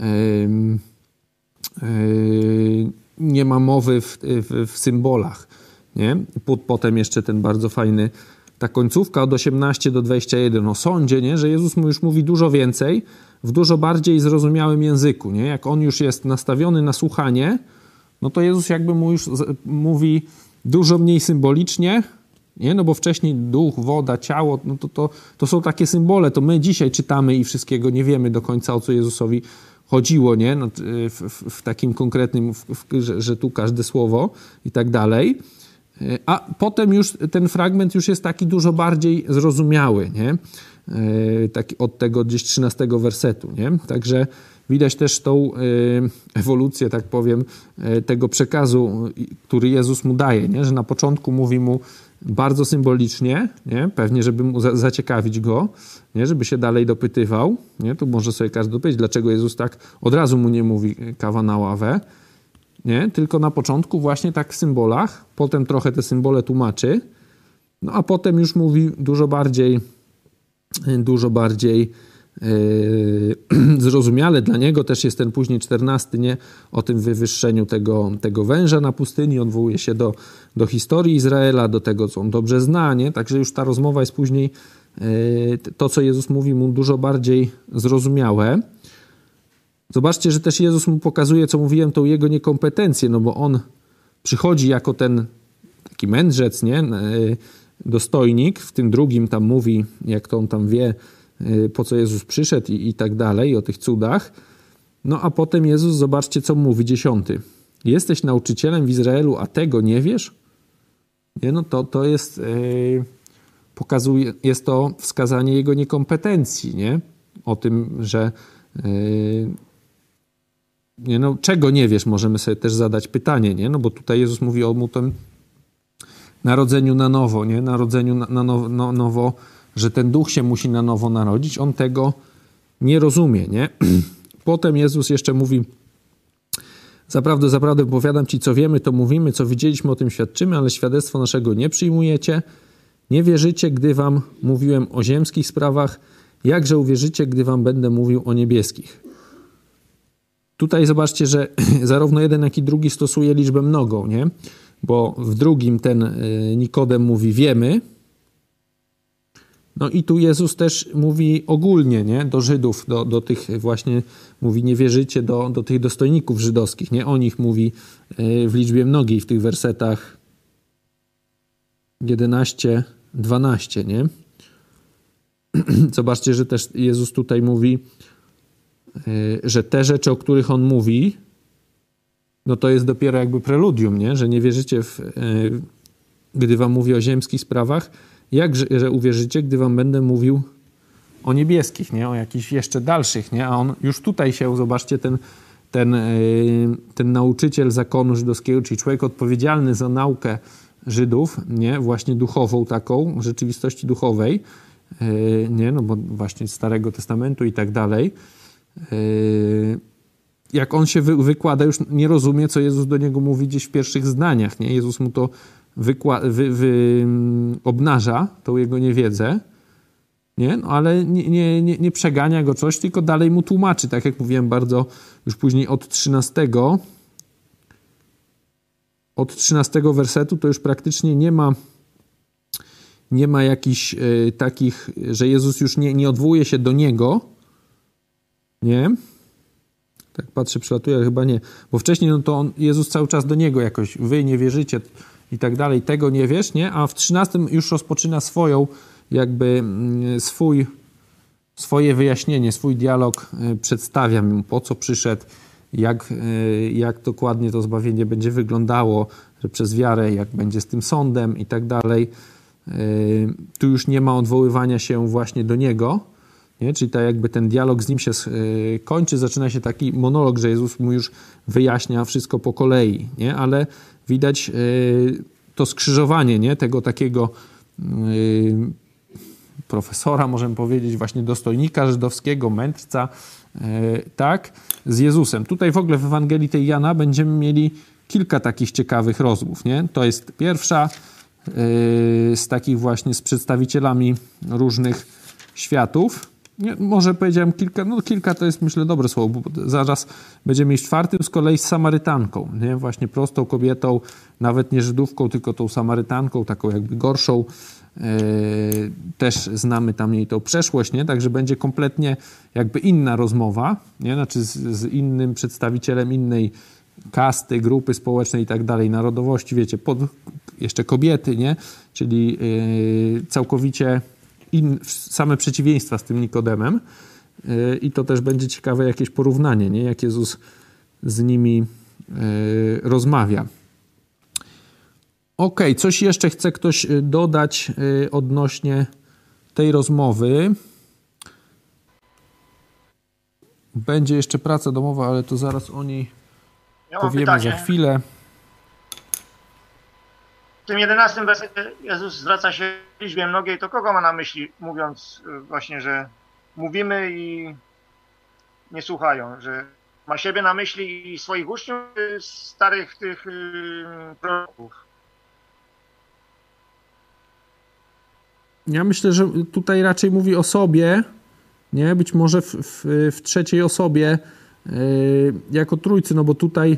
nie ma mowy w symbolach, nie? Potem jeszcze ten bardzo fajny, ta końcówka od 18 do 21 o sądzie, nie? Że Jezus mu już mówi dużo więcej, w dużo bardziej zrozumiałym języku, nie? Jak on już jest nastawiony na słuchanie, no to Jezus jakby mu już mówi dużo mniej symbolicznie, nie? No bo wcześniej duch, woda, ciało, no to są takie symbole, to my dzisiaj czytamy i wszystkiego nie wiemy do końca, o co Jezusowi chodziło, nie? No, w takim konkretnym, że tu każde słowo i tak dalej. A potem już ten fragment już jest taki dużo bardziej zrozumiały, nie? Taki od tego gdzieś 13 wersetu, nie? Także widać też tą ewolucję, tak powiem, tego przekazu, który Jezus mu daje, nie? Że na początku mówi mu bardzo symbolicznie, nie? Pewnie, żeby mu zaciekawić go, nie? Żeby się dalej dopytywał, nie? Tu może sobie każdy dopowiedzieć, dlaczego Jezus tak od razu mu nie mówi kawa na ławę, nie? Tylko na początku właśnie tak w symbolach, potem trochę te symbole tłumaczy, no a potem już mówi dużo bardziej zrozumiale. Dla niego też jest ten później 14, nie? O tym wywyższeniu tego węża na pustyni. Odwołuje się do historii Izraela, do tego, co on dobrze zna, nie? Także już ta rozmowa jest później, to, co Jezus mówi, mu dużo bardziej zrozumiałe. Zobaczcie, że też Jezus mu pokazuje, co mówiłem, tą jego niekompetencję, no bo on przychodzi jako ten taki mędrzec, nie? Dostojnik, w tym drugim tam mówi, jak to on tam wie, po co Jezus przyszedł i tak dalej, o tych cudach. No a potem Jezus, zobaczcie, co mówi, 10. Jesteś nauczycielem w Izraelu, a tego nie wiesz? Nie, no to jest, pokazuje, jest to wskazanie jego niekompetencji, nie? O tym, że nie, no, czego nie wiesz, możemy sobie też zadać pytanie, nie? No bo tutaj Jezus mówi o tym narodzeniu na nowo, nie? Narodzeniu na nowo, że ten duch się musi na nowo narodzić. On tego nie rozumie, nie? Potem Jezus jeszcze mówi: zaprawdę, zaprawdę powiadam ci, co wiemy, to mówimy, co widzieliśmy, o tym świadczymy, ale świadectwo naszego nie przyjmujecie. Nie wierzycie, gdy wam mówiłem o ziemskich sprawach, jakże uwierzycie, gdy wam będę mówił o niebieskich. Tutaj zobaczcie, że zarówno jeden, jak i drugi stosuje liczbę mnogą, nie? Bo w drugim ten Nikodem mówi wiemy. No i tu Jezus też mówi ogólnie, nie? Do Żydów, do tych właśnie, mówi nie wierzycie, do tych dostojników żydowskich, nie? O nich mówi w liczbie mnogiej w tych wersetach 11, 12, nie? Zobaczcie, że też Jezus tutaj mówi, że te rzeczy, o których On mówi, no to jest dopiero jakby preludium, nie? Że nie wierzycie, gdy wam mówię o ziemskich sprawach, że uwierzycie, gdy wam będę mówił o niebieskich, nie? O jakichś jeszcze dalszych, nie? A on już tutaj się, zobaczcie, ten nauczyciel zakonu żydowskiego, czyli człowiek odpowiedzialny za naukę Żydów, nie? Właśnie duchową taką, rzeczywistości duchowej, nie? No bo właśnie Starego Testamentu i tak dalej. Jak on się wykłada, już nie rozumie, co Jezus do niego mówi gdzieś w pierwszych zdaniach, nie? Jezus mu to obnaża, tą jego niewiedzę, nie? No, ale nie przegania go coś, tylko dalej mu tłumaczy, tak jak mówiłem, bardzo już później od 13 wersetu to już praktycznie nie ma jakichś takich, że Jezus już nie odwołuje się do niego, nie? Tak patrzę, przelatuje, ale chyba nie. Bo wcześniej, no to Jezus cały czas do niego jakoś, wy nie wierzycie i tak dalej, tego nie wiesz, nie? A w 13 już rozpoczyna swoje wyjaśnienie, swój dialog, przedstawia mu, po co przyszedł, jak dokładnie to zbawienie będzie wyglądało, że przez wiarę, jak będzie z tym sądem i tak dalej. Tu już nie ma odwoływania się właśnie do niego, nie? Czyli tak jakby ten dialog z nim się kończy, zaczyna się taki monolog, że Jezus mu już wyjaśnia wszystko po kolei, nie? Ale widać, to skrzyżowanie, nie? Tego takiego profesora, możemy powiedzieć, właśnie dostojnika żydowskiego, mędrca, tak, z Jezusem. Tutaj w ogóle w Ewangelii tej Jana będziemy mieli kilka takich ciekawych rozmów, nie? To jest pierwsza z takich właśnie z przedstawicielami różnych światów. Nie, może powiedziałem kilka to jest, myślę, dobre słowo, bo zaraz będziemy mieć w 4 z kolei z Samarytanką, nie? Właśnie prostą kobietą, nawet nie Żydówką, tylko tą Samarytanką, taką jakby gorszą. Też znamy tam jej tą przeszłość, nie? Także będzie kompletnie jakby inna rozmowa, nie? Znaczy z innym przedstawicielem innej kasty, grupy społecznej i tak dalej, narodowości, wiecie, jeszcze kobiety, nie? Czyli całkowicie same przeciwieństwa z tym Nikodemem i to też będzie ciekawe jakieś porównanie, nie? Jak Jezus z nimi rozmawia. Okej, coś jeszcze chce ktoś dodać odnośnie tej rozmowy? Będzie jeszcze praca domowa, ale to zaraz o niej powiemy za chwilę. W tym 11 wersecie Jezus zwraca się w liczbie mnogiej. To kogo ma na myśli, mówiąc właśnie, że mówimy i nie słuchają? Że ma siebie na myśli i swoich uczniów, starych tych proroków? Ja myślę, że tutaj raczej mówi o sobie, nie? Być może w trzeciej osobie jako trójcy, no bo tutaj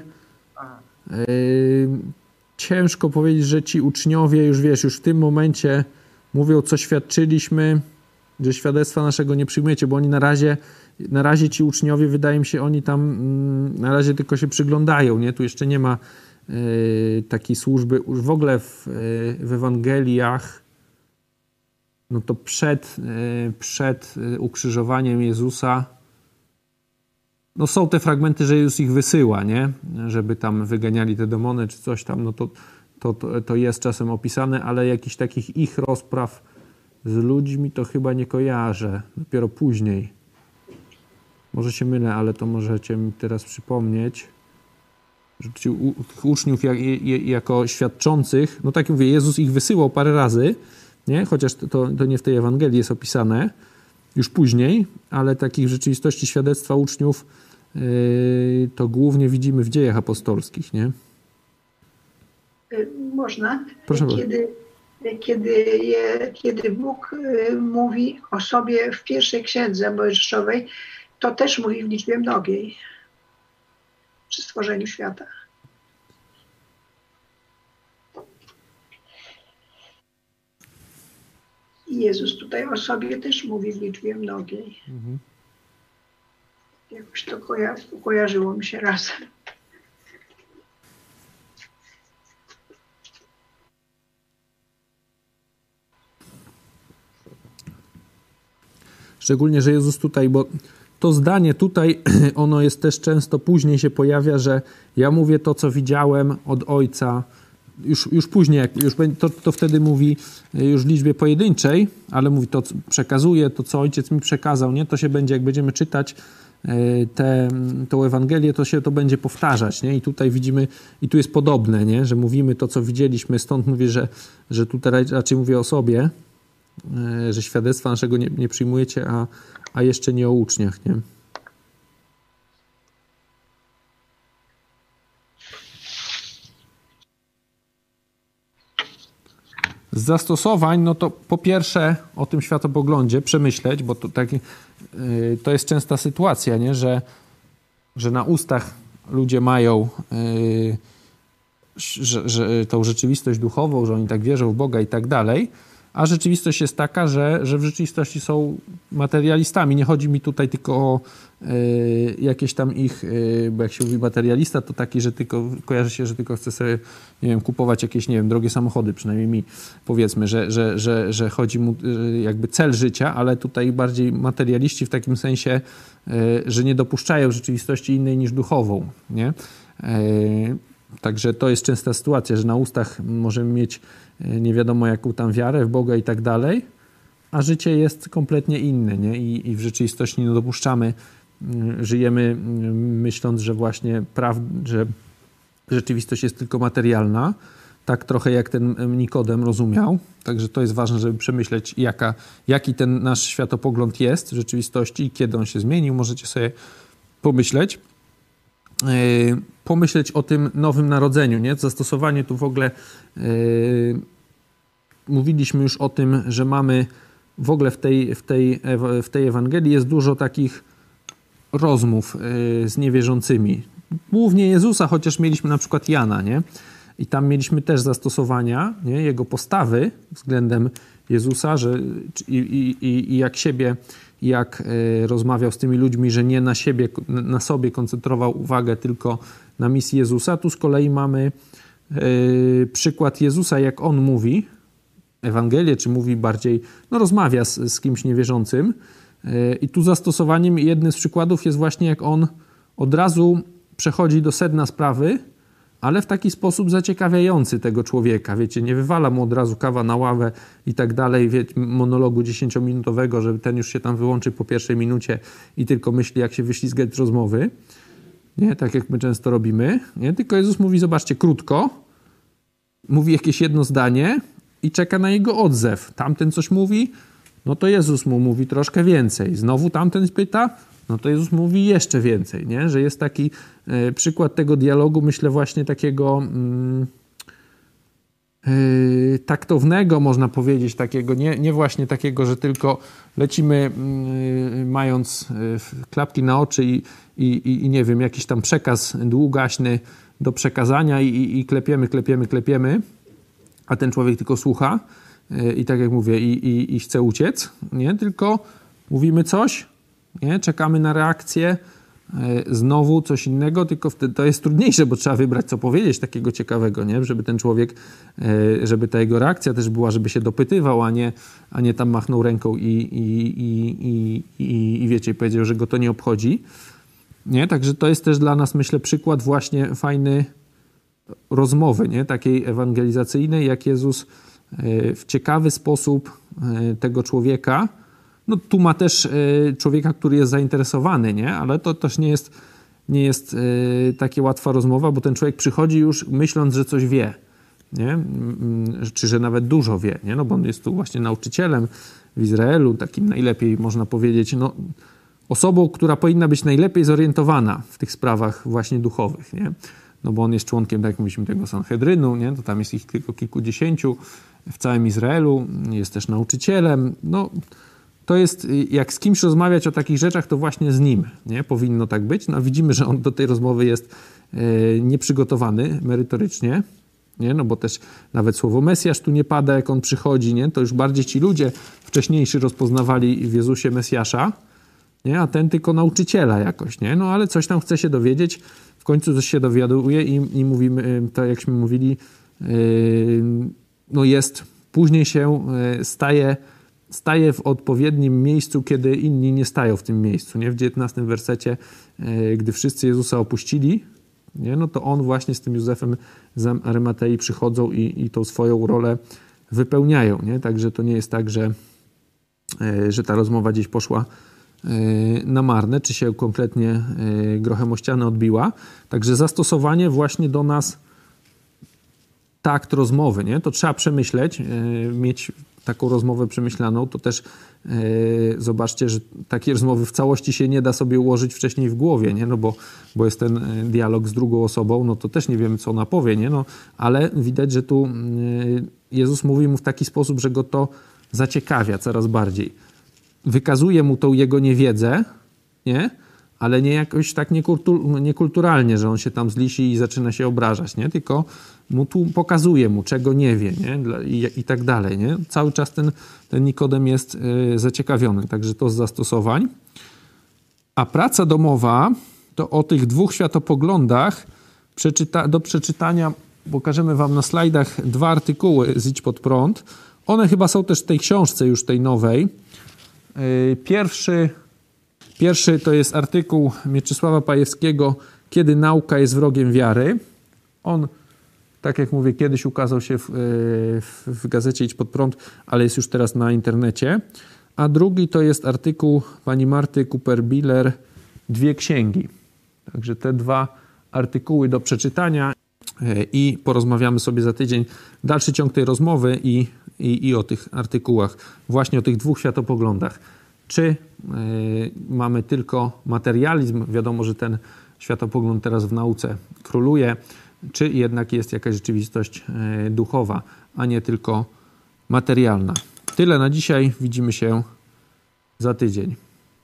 ciężko powiedzieć, że ci uczniowie już w tym momencie mówią, co świadczyliśmy, że świadectwa naszego nie przyjmujecie, bo oni na razie ci uczniowie, wydaje mi się, oni tam na razie tylko się przyglądają, nie? Tu jeszcze nie ma takiej służby. Już w ogóle w Ewangeliach, no to przed ukrzyżowaniem Jezusa, no są te fragmenty, że Jezus ich wysyła, nie? Żeby tam wyganiali te demony czy coś tam, no to jest czasem opisane, ale jakichś takich ich rozpraw z ludźmi to chyba nie kojarzę. Dopiero później. Może się mylę, ale to możecie mi teraz przypomnieć. Że tych uczniów jako świadczących, no tak jak mówię, Jezus ich wysyłał parę razy, nie? Chociaż to nie w tej Ewangelii jest opisane, już później, ale takich w rzeczywistości świadectwa uczniów to głównie widzimy w Dziejach Apostolskich, nie? Można? Proszę Kiedy Bóg mówi o sobie w pierwszej księdze Mojżeszowej, to też mówi w liczbie mnogiej przy stworzeniu świata. I Jezus tutaj o sobie też mówi w liczbie mnogiej. Mhm. Jakoś to kojarzyło mi się razem. Szczególnie, że Jezus tutaj, bo to zdanie tutaj, ono jest też często później się pojawia, że ja mówię to, co widziałem od Ojca. Już później, to wtedy mówi już w liczbie pojedynczej, ale mówi to, przekazuje to, co Ojciec mi przekazał, nie? To się będzie, jak będziemy czytać tą Ewangelię, to będzie powtarzać, nie? I tutaj widzimy, i tu jest podobne, nie? Że mówimy to, co widzieliśmy, stąd mówię, że tutaj raczej mówię o sobie, że świadectwa naszego nie przyjmujecie, a jeszcze nie o uczniach, nie? Z zastosowań, no to po pierwsze o tym światopoglądzie przemyśleć, bo to jest częsta sytuacja, nie? Że na ustach ludzie mają że tą rzeczywistość duchową, że oni tak wierzą w Boga i tak dalej, a rzeczywistość jest taka, że w rzeczywistości są materialistami. Nie chodzi mi tutaj tylko o jakieś tam ich, bo jak się mówi materialista, to taki, że tylko kojarzy się, że tylko chce sobie, nie wiem, kupować jakieś, nie wiem, drogie samochody, przynajmniej mi, powiedzmy, że chodzi mu jakby cel życia, ale tutaj bardziej materialiści w takim sensie, że nie dopuszczają rzeczywistości innej niż duchową, nie? Także to jest częsta sytuacja, że na ustach możemy mieć nie wiadomo jaką tam wiarę w Boga i tak dalej, a życie jest kompletnie inne, nie? I w rzeczywistości nie dopuszczamy, żyjemy myśląc, że właśnie że rzeczywistość jest tylko materialna, tak trochę jak ten Nikodem rozumiał. Także to jest ważne, żeby przemyśleć, jaki ten nasz światopogląd jest w rzeczywistości i kiedy on się zmienił. Możecie sobie pomyśleć o tym nowym narodzeniu, nie? Zastosowanie tu w ogóle mówiliśmy już o tym, że mamy w ogóle w tej Ewangelii jest dużo takich rozmów z niewierzącymi. Głównie Jezusa, chociaż mieliśmy na przykład Jana, nie? I tam mieliśmy też zastosowania, nie? Jego postawy względem Jezusa, i jak rozmawiał z tymi ludźmi, że nie na sobie koncentrował uwagę tylko na misji Jezusa. Tu z kolei mamy przykład Jezusa, jak on mówi Ewangelię, czy mówi bardziej, rozmawia z kimś niewierzącym. I tu zastosowaniem jednym z przykładów jest właśnie, jak on od razu przechodzi do sedna sprawy, ale w taki sposób zaciekawiający tego człowieka. Wiecie, nie wywala mu od razu kawa na ławę i tak dalej, monologu 10-minutowego, że ten już się tam wyłączy po pierwszej minucie i tylko myśli, jak się wyślizgać z rozmowy. Nie, tak jak my często robimy. Nie? Tylko Jezus mówi, zobaczcie, krótko, mówi jakieś jedno zdanie i czeka na jego odzew. Tamten coś mówi, no to Jezus mu mówi troszkę więcej. Znowu tamten pyta, no to Jezus mówi jeszcze więcej, nie? Że jest taki przykład tego dialogu, myślę właśnie takiego taktownego, można powiedzieć, takiego, nie właśnie takiego, że tylko lecimy mając klapki na oczy i nie wiem, jakiś tam przekaz długaśny do przekazania i klepiemy, a ten człowiek tylko słucha i tak jak mówię, i chce uciec, nie? Tylko mówimy coś, nie? Czekamy na reakcję, znowu coś innego, tylko wtedy to jest trudniejsze, bo trzeba wybrać, co powiedzieć takiego ciekawego, nie? Żeby ten człowiek, żeby ta jego reakcja też była, żeby się dopytywał, a nie tam machnął ręką i wiecie, powiedział, że go to nie obchodzi. Nie? Także to jest też dla nas, myślę, przykład właśnie fajny rozmowy, nie? Takiej ewangelizacyjnej, jak Jezus w ciekawy sposób tego człowieka, tu ma też człowieka, który jest zainteresowany, nie? Ale to też nie jest taka łatwa rozmowa, bo ten człowiek przychodzi już myśląc, że coś wie, nie? Czy że nawet dużo wie, nie? Bo on jest tu właśnie nauczycielem w Izraelu, takim najlepiej można powiedzieć, osobą, która powinna być najlepiej zorientowana w tych sprawach właśnie duchowych, nie? Bo on jest członkiem, tak jak mówiliśmy, tego Sanhedrynu, nie? To tam jest ich tylko kilkudziesięciu w całym Izraelu, jest też nauczycielem, to jest, jak z kimś rozmawiać o takich rzeczach, to właśnie z nim, nie? Powinno tak być. Widzimy, że on do tej rozmowy jest nieprzygotowany merytorycznie, nie? Bo też nawet słowo Mesjasz tu nie pada, jak on przychodzi, nie? To już bardziej ci ludzie wcześniejsi rozpoznawali w Jezusie Mesjasza, nie? A ten tylko nauczyciela jakoś, nie? Ale coś tam chce się dowiedzieć, w końcu coś się dowiaduje i mówimy, tak jakśmy mówili, później się staje w odpowiednim miejscu, kiedy inni nie stają w tym miejscu. Nie? W 19 wersecie, gdy wszyscy Jezusa opuścili, nie? To on właśnie z tym Józefem z Arymatei przychodzą i tą swoją rolę wypełniają. Nie? Także to nie jest tak, że ta rozmowa gdzieś poszła na marne, czy się kompletnie grochem o ścianę odbiła. Także zastosowanie właśnie do nas takt rozmowy, nie? To trzeba przemyśleć, mieć taką rozmowę przemyślaną, to też zobaczcie, że takie rozmowy w całości się nie da sobie ułożyć wcześniej w głowie, nie? Bo jest ten dialog z drugą osobą, to też nie wiemy, co ona powie, nie? Ale widać, że tu Jezus mówi mu w taki sposób, że go to zaciekawia coraz bardziej. Wykazuje mu tą jego niewiedzę, nie? Ale nie jakoś tak niekulturalnie, że on się tam zlisi i zaczyna się obrażać, nie? Tylko mu tu pokazuje mu, czego nie wie, nie? I tak dalej, nie? Cały czas ten Nikodem jest zaciekawiony, także to z zastosowań. A praca domowa to o tych dwóch światopoglądach do przeczytania pokażemy wam na slajdach 2 artykuły z Idź Pod Prąd. One chyba są też w tej książce już tej nowej. Pierwszy to jest artykuł Mieczysława Pajewskiego Kiedy nauka jest wrogiem wiary. On, tak jak mówię, kiedyś ukazał się w gazecie Idź Pod Prąd, ale jest już teraz na internecie. A drugi to jest artykuł pani Marty Cooper-Biller 2 księgi. Także te 2 artykuły do przeczytania. i porozmawiamy sobie za tydzień. Dalszy ciąg tej rozmowy i o tych artykułach, właśnie o tych dwóch światopoglądach. Czy mamy tylko materializm? Wiadomo, że ten światopogląd teraz w nauce króluje. Czy jednak jest jakaś rzeczywistość duchowa, a nie tylko materialna? Tyle na dzisiaj. Widzimy się za tydzień.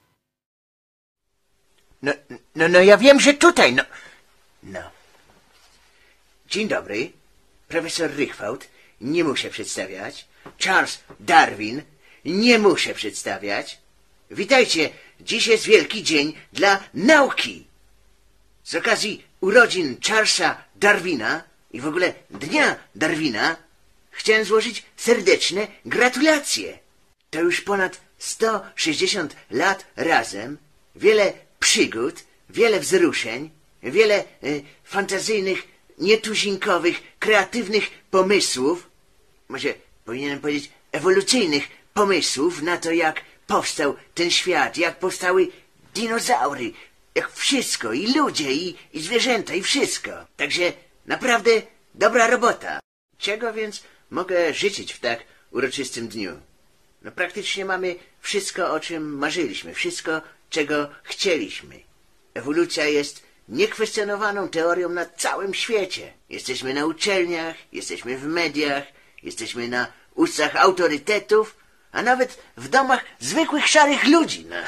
No ja wiem, że tutaj, no. Dzień dobry. Profesor Rychwałd. Nie muszę przedstawiać. Charles Darwin. Nie muszę przedstawiać. Witajcie. Dziś jest wielki dzień dla nauki. Z okazji urodzin Charlesa Darwina i w ogóle Dnia Darwina chciałem złożyć serdeczne gratulacje. To już ponad 160 lat razem, wiele przygód, wiele wzruszeń, wiele fantazyjnych, nietuzinkowych, kreatywnych pomysłów, może powinienem powiedzieć ewolucyjnych pomysłów na to, jak powstał ten świat, jak powstały dinozaury, jak wszystko, i ludzie, i zwierzęta, i wszystko. Także naprawdę dobra robota. Czego więc mogę życzyć w tak uroczystym dniu? No praktycznie mamy wszystko, o czym marzyliśmy, wszystko, czego chcieliśmy. Ewolucja jest niekwestionowaną teorią na całym świecie. Jesteśmy na uczelniach, jesteśmy w mediach, jesteśmy na ustach autorytetów, a nawet w domach zwykłych szarych ludzi. No.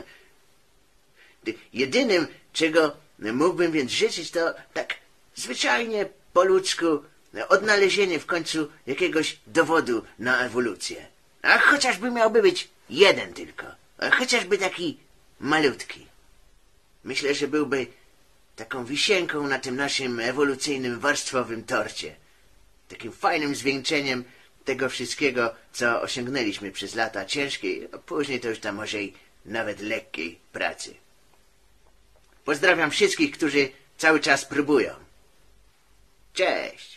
Jedynym, czego mógłbym więc życzyć, to tak zwyczajnie po ludzku odnalezienie w końcu jakiegoś dowodu na ewolucję. A chociażby miałby być jeden tylko. A chociażby taki malutki. Myślę, że byłby taką wisienką na tym naszym ewolucyjnym warstwowym torcie. Takim fajnym zwieńczeniem tego wszystkiego, co osiągnęliśmy przez lata ciężkiej, a później to już tam może i nawet lekkiej pracy. Pozdrawiam wszystkich, którzy cały czas próbują. Cześć!